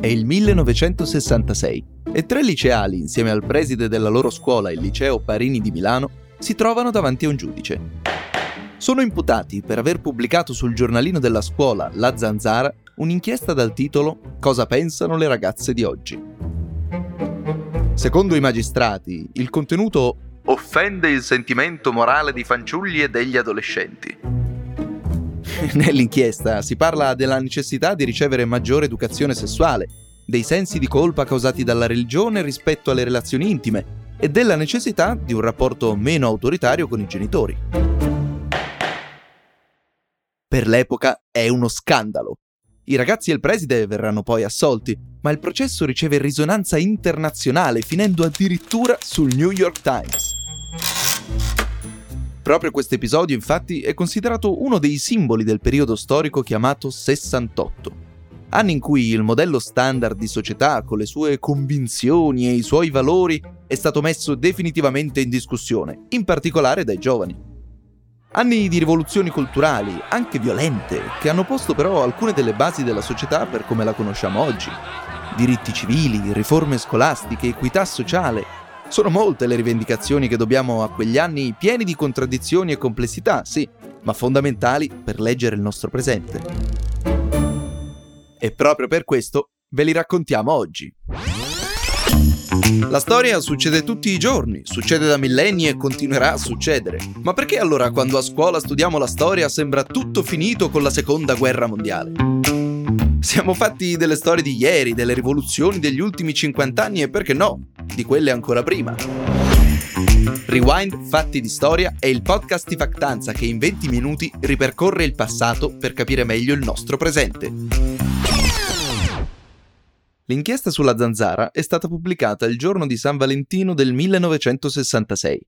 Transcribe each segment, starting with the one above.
È il 1966 e 3 liceali, insieme al preside della loro scuola, il liceo Parini di Milano, si trovano davanti a un giudice. Sono imputati per aver pubblicato sul giornalino della scuola, La Zanzara, un'inchiesta dal titolo «Cosa pensano le ragazze di oggi?». Secondo i magistrati, il contenuto offende il sentimento morale di fanciulli e degli adolescenti. Nell'inchiesta si parla della necessità di ricevere maggiore educazione sessuale, dei sensi di colpa causati dalla religione rispetto alle relazioni intime e della necessità di un rapporto meno autoritario con i genitori. Per l'epoca è uno scandalo. I ragazzi e il preside verranno poi assolti, ma il processo riceve risonanza internazionale, finendo addirittura sul New York Times. Proprio questo episodio, infatti, è considerato uno dei simboli del periodo storico chiamato 68. Anni in cui il modello standard di società, con le sue convinzioni e i suoi valori, è stato messo definitivamente in discussione, in particolare dai giovani. Anni di rivoluzioni culturali, anche violente, che hanno posto però alcune delle basi della società per come la conosciamo oggi. Diritti civili, riforme scolastiche, equità sociale. Sono molte le rivendicazioni che dobbiamo a quegli anni pieni di contraddizioni e complessità, sì, ma fondamentali per leggere il nostro presente. E proprio per questo ve li raccontiamo oggi. La storia succede tutti i giorni, succede da millenni e continuerà a succedere. Ma perché allora quando a scuola studiamo la storia sembra tutto finito con la Seconda Guerra Mondiale? Siamo fatti delle storie di ieri, delle rivoluzioni degli ultimi 50 anni e perché no, di quelle ancora prima. Rewind Fatti di Storia è il podcast di Factanza che in 20 minuti ripercorre il passato per capire meglio il nostro presente. L'inchiesta sulla Zanzara è stata pubblicata il giorno di San Valentino del 1966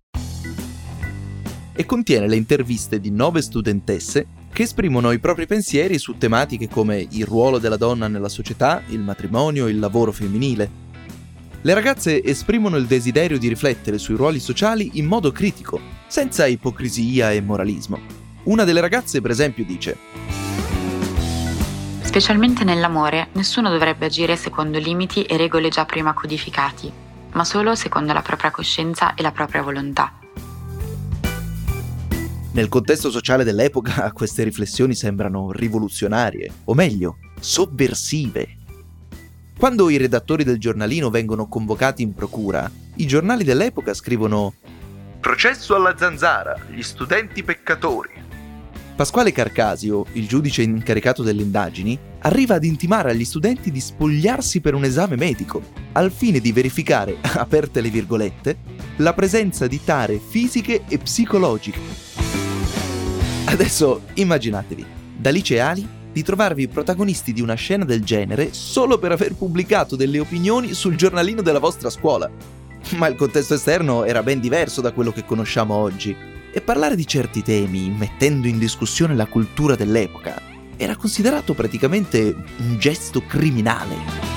e contiene le interviste di 9 studentesse che esprimono i propri pensieri su tematiche come il ruolo della donna nella società, il matrimonio, il lavoro femminile. Le ragazze esprimono il desiderio di riflettere sui ruoli sociali in modo critico, senza ipocrisia e moralismo. Una delle ragazze, per esempio, dice: specialmente nell'amore, nessuno dovrebbe agire secondo limiti e regole già prima codificati, ma solo secondo la propria coscienza e la propria volontà. Nel contesto sociale dell'epoca, queste riflessioni sembrano rivoluzionarie, o meglio, sovversive. Quando i redattori del giornalino vengono convocati in procura, i giornali dell'epoca scrivono «Processo alla Zanzara, gli studenti peccatori». Pasquale Carcasio, il giudice incaricato delle indagini, arriva ad intimare agli studenti di spogliarsi per un esame medico, al fine di verificare, aperte le virgolette, la presenza di tare fisiche e psicologiche. Adesso immaginatevi, da liceali, di trovarvi protagonisti di una scena del genere solo per aver pubblicato delle opinioni sul giornalino della vostra scuola. Ma il contesto esterno era ben diverso da quello che conosciamo oggi. E parlare di certi temi, mettendo in discussione la cultura dell'epoca, era considerato praticamente un gesto criminale.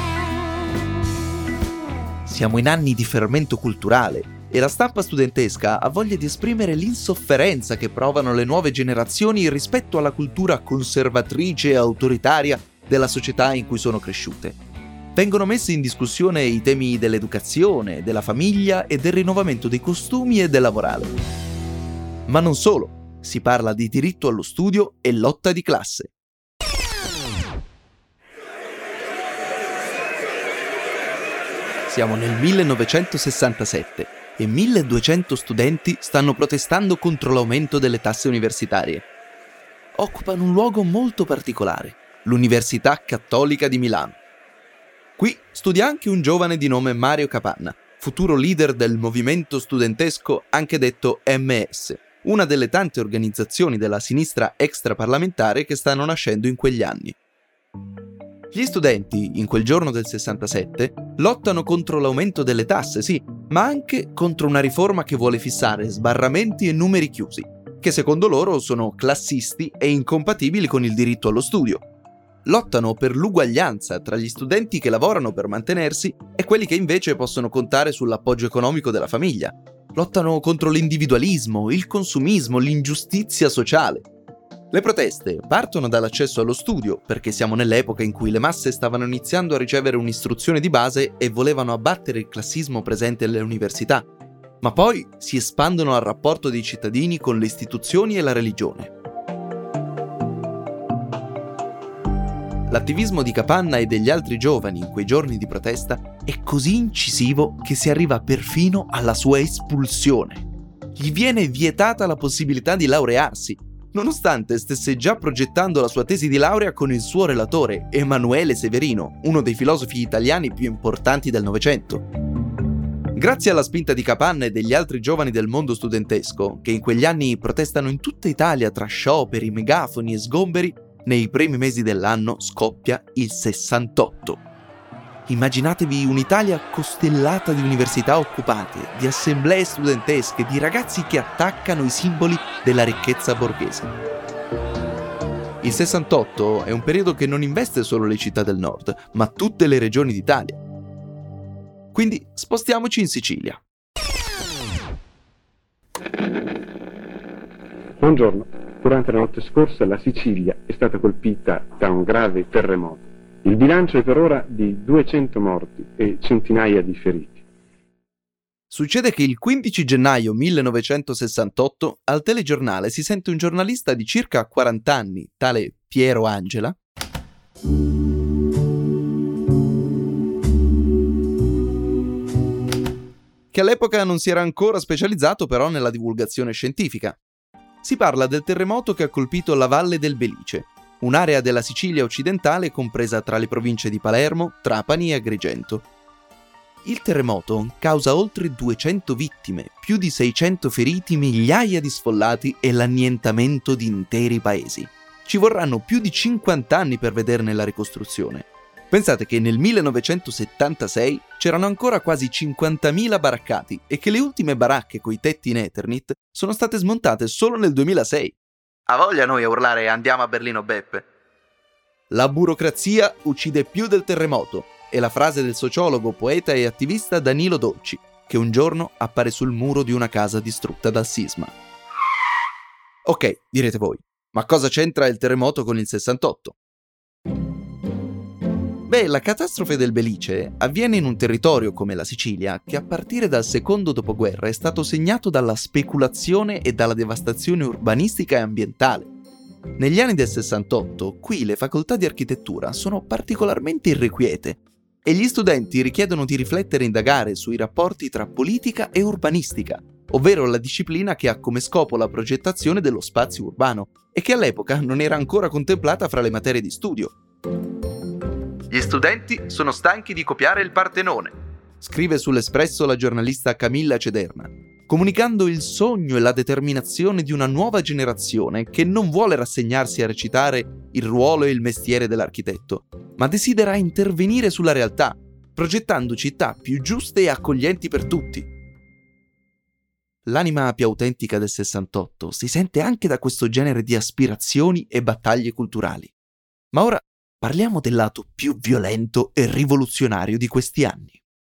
Siamo in anni di fermento culturale e la stampa studentesca ha voglia di esprimere l'insofferenza che provano le nuove generazioni rispetto alla cultura conservatrice e autoritaria della società in cui sono cresciute. Vengono messi in discussione i temi dell'educazione, della famiglia e del rinnovamento dei costumi e della morale. Ma non solo, si parla di diritto allo studio e lotta di classe. Siamo nel 1967 e 1200 studenti stanno protestando contro l'aumento delle tasse universitarie. Occupano un luogo molto particolare, l'Università Cattolica di Milano. Qui studia anche un giovane di nome Mario Capanna, futuro leader del movimento studentesco anche detto MS, una delle tante organizzazioni della sinistra extraparlamentare che stanno nascendo in quegli anni. Gli studenti, in quel giorno del 67, lottano contro l'aumento delle tasse, sì, ma anche contro una riforma che vuole fissare sbarramenti e numeri chiusi, che secondo loro sono classisti e incompatibili con il diritto allo studio. Lottano per l'uguaglianza tra gli studenti che lavorano per mantenersi e quelli che invece possono contare sull'appoggio economico della famiglia. Lottano contro l'individualismo, il consumismo, l'ingiustizia sociale. Le proteste partono dall'accesso allo studio, perché siamo nell'epoca in cui le masse stavano iniziando a ricevere un'istruzione di base e volevano abbattere il classismo presente alle università, ma poi si espandono al rapporto dei cittadini con le istituzioni e la religione. L'attivismo di Capanna e degli altri giovani in quei giorni di protesta è così incisivo che si arriva perfino alla sua espulsione. Gli viene vietata la possibilità di laurearsi, nonostante stesse già progettando la sua tesi di laurea con il suo relatore, Emanuele Severino, uno dei filosofi italiani più importanti del Novecento. Grazie alla spinta di Capanna e degli altri giovani del mondo studentesco, che in quegli anni protestano in tutta Italia tra scioperi, megafoni e sgomberi, nei primi mesi dell'anno scoppia il 68. Immaginatevi un'Italia costellata di università occupate, di assemblee studentesche, di ragazzi che attaccano i simboli della ricchezza borghese. Il 68 è un periodo che non investe solo le città del nord, ma tutte le regioni d'Italia. Quindi spostiamoci in Sicilia. Buongiorno. Durante la notte scorsa la Sicilia è stata colpita da un grave terremoto. Il bilancio è per ora di 200 morti e centinaia di feriti. Succede che il 15 gennaio 1968 al telegiornale si sente un giornalista di circa 40 anni, tale Piero Angela, che all'epoca non si era ancora specializzato però nella divulgazione scientifica. Si parla del terremoto che ha colpito la Valle del Belice, un'area della Sicilia occidentale compresa tra le province di Palermo, Trapani e Agrigento. Il terremoto causa oltre 200 vittime, più di 600 feriti, migliaia di sfollati e l'annientamento di interi paesi. Ci vorranno più di 50 anni per vederne la ricostruzione. Pensate che nel 1976 c'erano ancora quasi 50.000 baraccati e che le ultime baracche coi tetti in Eternit sono state smontate solo nel 2006. Ha voglia noi a urlare "Andiamo a Berlino, Beppe"? La burocrazia uccide più del terremoto, è la frase del sociologo, poeta e attivista Danilo Dolci, che un giorno appare sul muro di una casa distrutta dal sisma. Ok, direte voi, ma cosa c'entra il terremoto con il 68? Beh, la catastrofe del Belice avviene in un territorio come la Sicilia che a partire dal secondo dopoguerra è stato segnato dalla speculazione e dalla devastazione urbanistica e ambientale. Negli anni del 68, qui le facoltà di architettura sono particolarmente irrequiete e gli studenti richiedono di riflettere e indagare sui rapporti tra politica e urbanistica, ovvero la disciplina che ha come scopo la progettazione dello spazio urbano e che all'epoca non era ancora contemplata fra le materie di studio. Gli studenti sono stanchi di copiare il Partenone, scrive sull'Espresso la giornalista Camilla Cederna, comunicando il sogno e la determinazione di una nuova generazione che non vuole rassegnarsi a recitare il ruolo e il mestiere dell'architetto, ma desidera intervenire sulla realtà, progettando città più giuste e accoglienti per tutti. L'anima più autentica del 68 si sente anche da questo genere di aspirazioni e battaglie culturali. Ma ora parliamo del lato più violento e rivoluzionario di questi anni.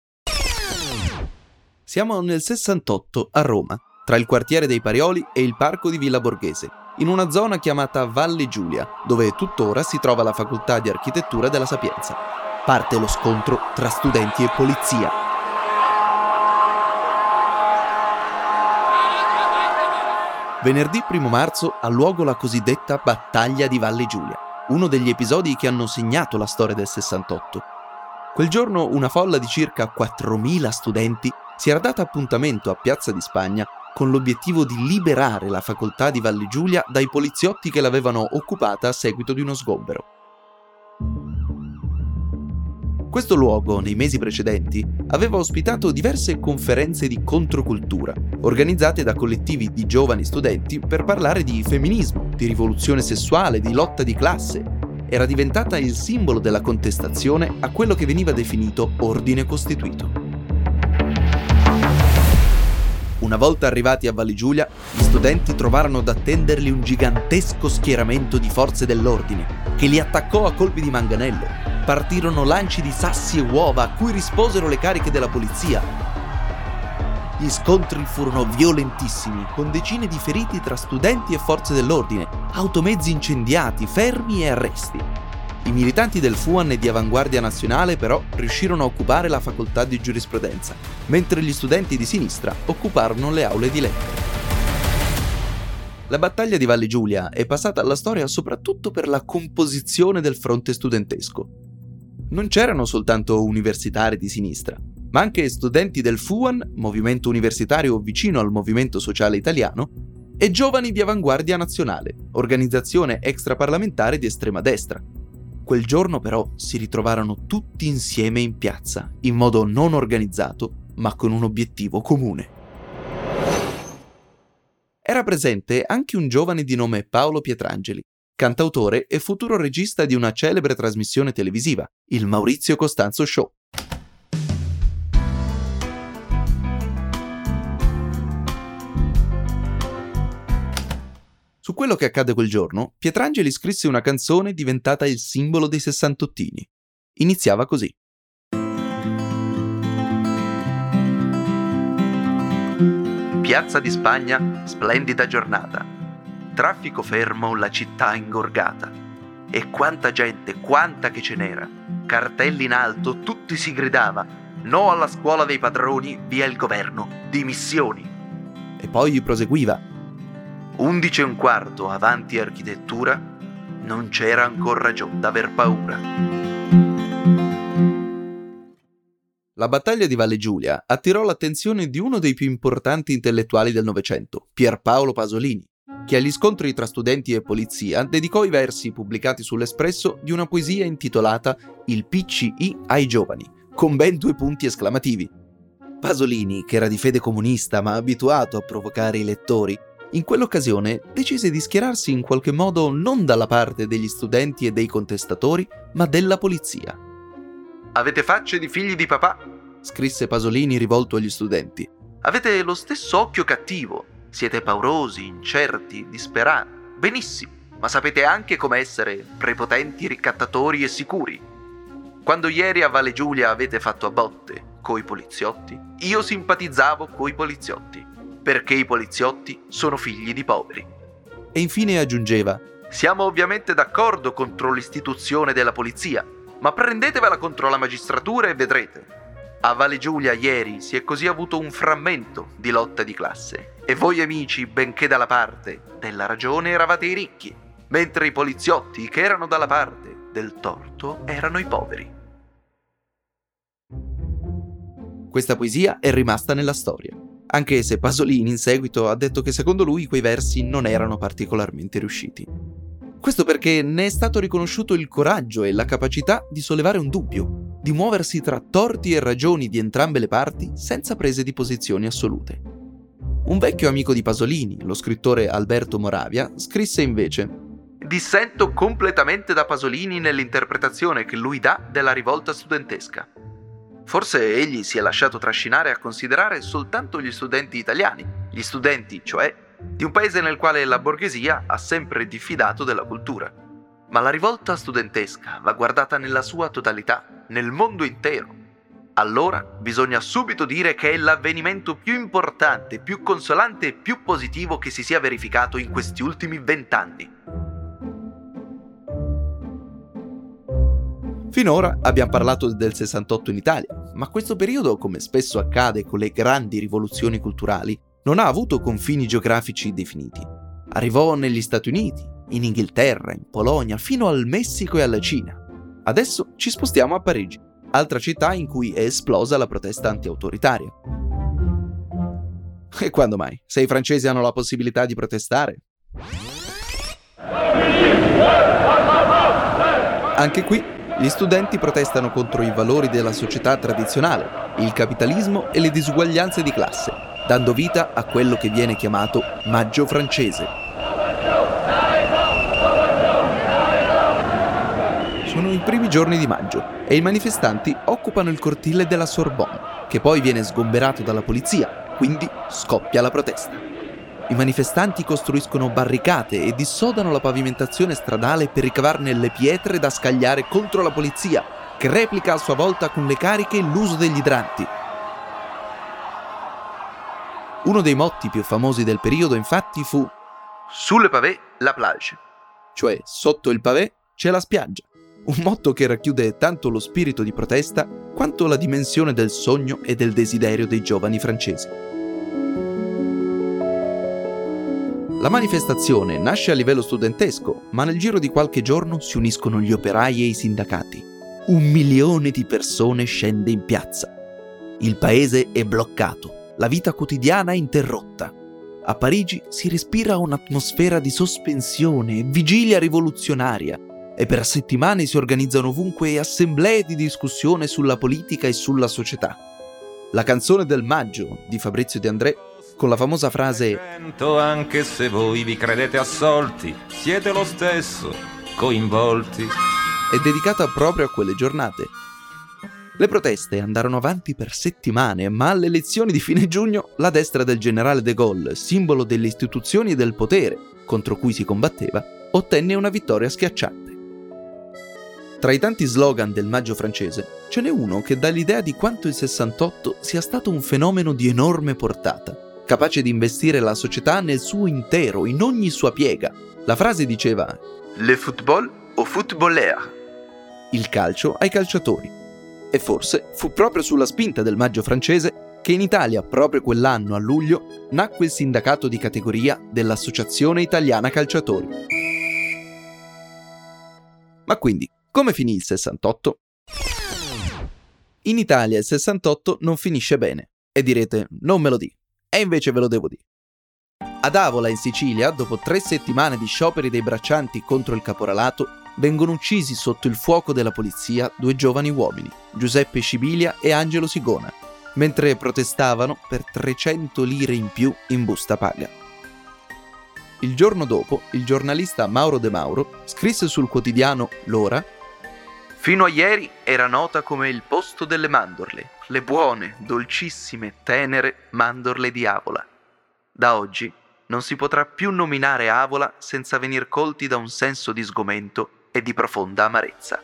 Siamo nel 68 a Roma, tra il quartiere dei Parioli e il parco di Villa Borghese, in una zona chiamata Valle Giulia, dove tuttora si trova la facoltà di architettura della Sapienza. Parte lo scontro tra studenti e polizia. Venerdì 1 marzo ha luogo la cosiddetta Battaglia di Valle Giulia, uno degli episodi che hanno segnato la storia del 68. Quel giorno una folla di circa 4.000 studenti si era data appuntamento a Piazza di Spagna con l'obiettivo di liberare la facoltà di Valle Giulia dai poliziotti che l'avevano occupata a seguito di uno sgombero. Questo luogo, nei mesi precedenti, aveva ospitato diverse conferenze di controcultura, organizzate da collettivi di giovani studenti per parlare di femminismo, di rivoluzione sessuale, di lotta di classe. Era diventata il simbolo della contestazione a quello che veniva definito ordine costituito. Una volta arrivati a Valle Giulia, gli studenti trovarono ad attenderli un gigantesco schieramento di forze dell'ordine, che li attaccò a colpi di manganello. Partirono lanci di sassi e uova a cui risposero le cariche della polizia. Gli scontri furono violentissimi, con decine di feriti tra studenti e forze dell'ordine, automezzi incendiati, fermi e arresti. I militanti del FUAN e di Avanguardia Nazionale però riuscirono a occupare la facoltà di giurisprudenza, mentre gli studenti di sinistra occuparono le aule di lettere. La battaglia di Valle Giulia è passata alla storia soprattutto per la composizione del fronte studentesco. Non c'erano soltanto universitari di sinistra, ma anche studenti del FUAN, movimento universitario vicino al Movimento Sociale Italiano, e giovani di Avanguardia Nazionale, organizzazione extraparlamentare di estrema destra. Quel giorno però si ritrovarono tutti insieme in piazza, in modo non organizzato, ma con un obiettivo comune. Era presente anche un giovane di nome Paolo Pietrangeli, cantautore e futuro regista di una celebre trasmissione televisiva, il Maurizio Costanzo Show. Su quello che accade quel giorno, Pietrangeli scrisse una canzone diventata il simbolo dei sessantottini. Iniziava così. Piazza di Spagna, splendida giornata. Traffico fermo, la città ingorgata. E quanta gente, quanta che ce n'era. Cartelli in alto, tutti si gridava: no alla scuola dei padroni, via il governo, dimissioni. E poi proseguiva: 11:15, avanti architettura, non c'era ancora ragione d'aver paura. La battaglia di Valle Giulia attirò l'attenzione di uno dei più importanti intellettuali del Novecento, Pierpaolo Pasolini, che agli scontri tra studenti e polizia dedicò i versi pubblicati sull'Espresso di una poesia intitolata Il PCI ai giovani, con ben 2 punti esclamativi. Pasolini, che era di fede comunista ma abituato a provocare i lettori, in quell'occasione decise di schierarsi in qualche modo non dalla parte degli studenti e dei contestatori, ma della polizia. «Avete facce di figli di papà», scrisse Pasolini rivolto agli studenti. «Avete lo stesso occhio cattivo, siete paurosi, incerti, disperati. Benissimo, ma sapete anche come essere prepotenti, ricattatori e sicuri. Quando ieri a Valle Giulia avete fatto a botte coi poliziotti, io simpatizzavo coi poliziotti, perché i poliziotti sono figli di poveri». E infine aggiungeva: «Siamo ovviamente d'accordo contro l'istituzione della polizia, ma prendetevela contro la magistratura e vedrete. A Valle Giulia ieri si è così avuto un frammento di lotta di classe, e voi amici, benché dalla parte della ragione, eravate i ricchi, mentre i poliziotti che erano dalla parte del torto erano i poveri». Questa poesia è rimasta nella storia, anche se Pasolini in seguito ha detto che secondo lui quei versi non erano particolarmente riusciti. Questo perché ne è stato riconosciuto il coraggio e la capacità di sollevare un dubbio, di muoversi tra torti e ragioni di entrambe le parti senza prese di posizioni assolute. Un vecchio amico di Pasolini, lo scrittore Alberto Moravia, scrisse invece: «Dissento completamente da Pasolini nell'interpretazione che lui dà della rivolta studentesca. Forse egli si è lasciato trascinare a considerare soltanto gli studenti italiani, gli studenti, cioè, di un paese nel quale la borghesia ha sempre diffidato della cultura. Ma la rivolta studentesca va guardata nella sua totalità, nel mondo intero. Allora bisogna subito dire che è l'avvenimento più importante, più consolante e più positivo che si sia verificato in questi ultimi 20 anni. Finora abbiamo parlato del 68 in Italia, ma questo periodo, come spesso accade con le grandi rivoluzioni culturali, non ha avuto confini geografici definiti. Arrivò negli Stati Uniti, in Inghilterra, in Polonia, fino al Messico e alla Cina. Adesso ci spostiamo a Parigi, altra città in cui è esplosa la protesta anti-autoritaria. E quando mai? Se i francesi hanno la possibilità di protestare? Anche qui, gli studenti protestano contro i valori della società tradizionale, il capitalismo e le disuguaglianze di classe, dando vita a quello che viene chiamato Maggio francese. Sono i primi giorni di maggio e i manifestanti occupano il cortile della Sorbonne, che poi viene sgomberato dalla polizia, quindi scoppia la protesta. I manifestanti costruiscono barricate e dissodano la pavimentazione stradale per ricavarne le pietre da scagliare contro la polizia, che replica a sua volta con le cariche l'uso degli idranti. Uno dei motti più famosi del periodo, infatti, fu Sous le pavé, la plage. Cioè, sotto il pavé c'è la spiaggia. Un motto che racchiude tanto lo spirito di protesta quanto la dimensione del sogno e del desiderio dei giovani francesi. La manifestazione nasce a livello studentesco, ma nel giro di qualche giorno si uniscono gli operai e i sindacati. 1 milione di persone scende in piazza. Il paese è bloccato, la vita quotidiana è interrotta. A Parigi si respira un'atmosfera di sospensione e vigilia rivoluzionaria e per settimane si organizzano ovunque assemblee di discussione sulla politica e sulla società. La canzone del maggio di Fabrizio De André, con la famosa frase «Anche se voi vi credete assolti, siete lo stesso coinvolti», è dedicata proprio a quelle giornate. Le proteste andarono avanti per settimane, ma alle elezioni di fine giugno la destra del generale de Gaulle, simbolo delle istituzioni e del potere contro cui si combatteva, ottenne una vittoria schiacciante. Tra i tanti slogan del maggio francese, ce n'è uno che dà l'idea di quanto il 68 sia stato un fenomeno di enorme portata, capace di investire la società nel suo intero, in ogni sua piega. La frase diceva «Le football aux footballeurs», il calcio ai calciatori. E forse fu proprio sulla spinta del maggio francese che in Italia, proprio quell'anno a luglio, nacque il sindacato di categoria dell'Associazione Italiana Calciatori. Ma quindi, come finì il 68? In Italia il 68 non finisce bene. E direte, non me lo di. E invece ve lo devo dire. Ad Avola, in Sicilia, dopo 3 settimane di scioperi dei braccianti contro il caporalato, vengono uccisi sotto il fuoco della polizia 2 giovani uomini, Giuseppe Scibilia e Angelo Sigona, mentre protestavano per 300 lire in più in busta paga. Il giorno dopo, il giornalista Mauro De Mauro scrisse sul quotidiano L'Ora: «Fino a ieri era nota come il posto delle mandorle, le buone, dolcissime, tenere mandorle di Avola. Da oggi non si potrà più nominare Avola senza venir colti da un senso di sgomento e di profonda amarezza».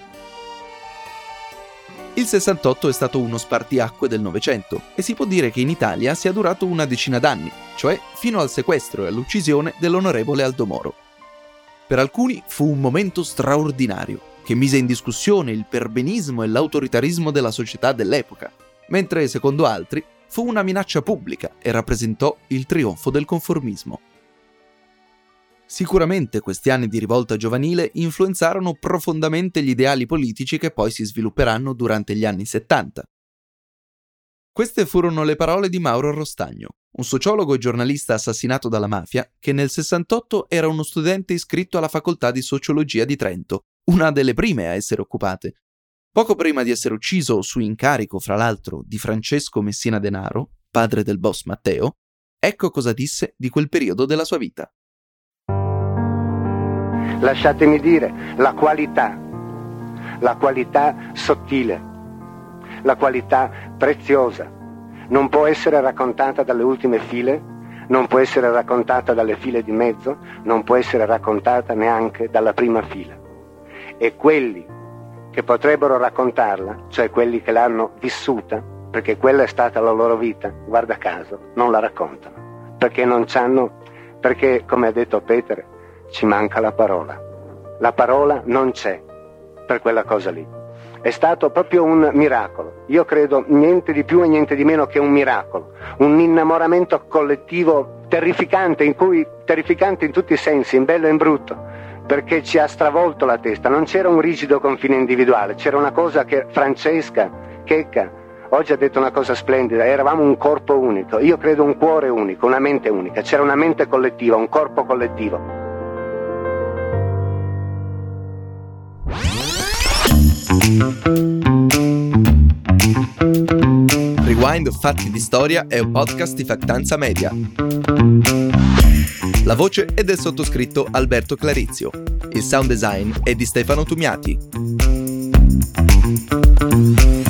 Il 68 è stato uno spartiacque del Novecento e si può dire che in Italia sia durato una decina d'anni, cioè fino al sequestro e all'uccisione dell'onorevole Aldo Moro. Per alcuni fu un momento straordinario che mise in discussione il perbenismo e l'autoritarismo della società dell'epoca, mentre secondo altri fu una minaccia pubblica e rappresentò il trionfo del conformismo. Sicuramente questi anni di rivolta giovanile influenzarono profondamente gli ideali politici che poi si svilupperanno durante gli anni 70. Queste furono le parole di Mauro Rostagno, un sociologo e giornalista assassinato dalla mafia che nel 68 era uno studente iscritto alla facoltà di sociologia di Trento, una delle prime a essere occupate. Poco prima di essere ucciso su incarico, fra l'altro, di Francesco Messina Denaro, padre del boss Matteo, ecco cosa disse di quel periodo della sua vita. Lasciatemi dire, la qualità sottile, la qualità preziosa, non può essere raccontata dalle ultime file, non può essere raccontata dalle file di mezzo, non può essere raccontata neanche dalla prima fila. E quelli che potrebbero raccontarla, cioè quelli che l'hanno vissuta, perché quella è stata la loro vita, guarda caso, non la raccontano, perché non c'hanno, perché, come ha detto Peter, ci manca la parola. La parola non c'è per quella cosa lì. È stato proprio un miracolo. Io credo niente di più e niente di meno che un miracolo. Un innamoramento collettivo terrificante, terrificante in tutti i sensi, in bello e in brutto, perché ci ha stravolto la testa. Non c'era un rigido confine individuale, c'era una cosa che Francesca Checca oggi ha detto una cosa splendida, eravamo un corpo unico. Io credo un cuore unico, una mente unica. C'era una mente collettiva, un corpo collettivo. Rewind Fatti di Storia è un podcast di Factanza Media. La voce è del sottoscritto Alberto Clarizio. Il sound design è di Stefano Tumiati.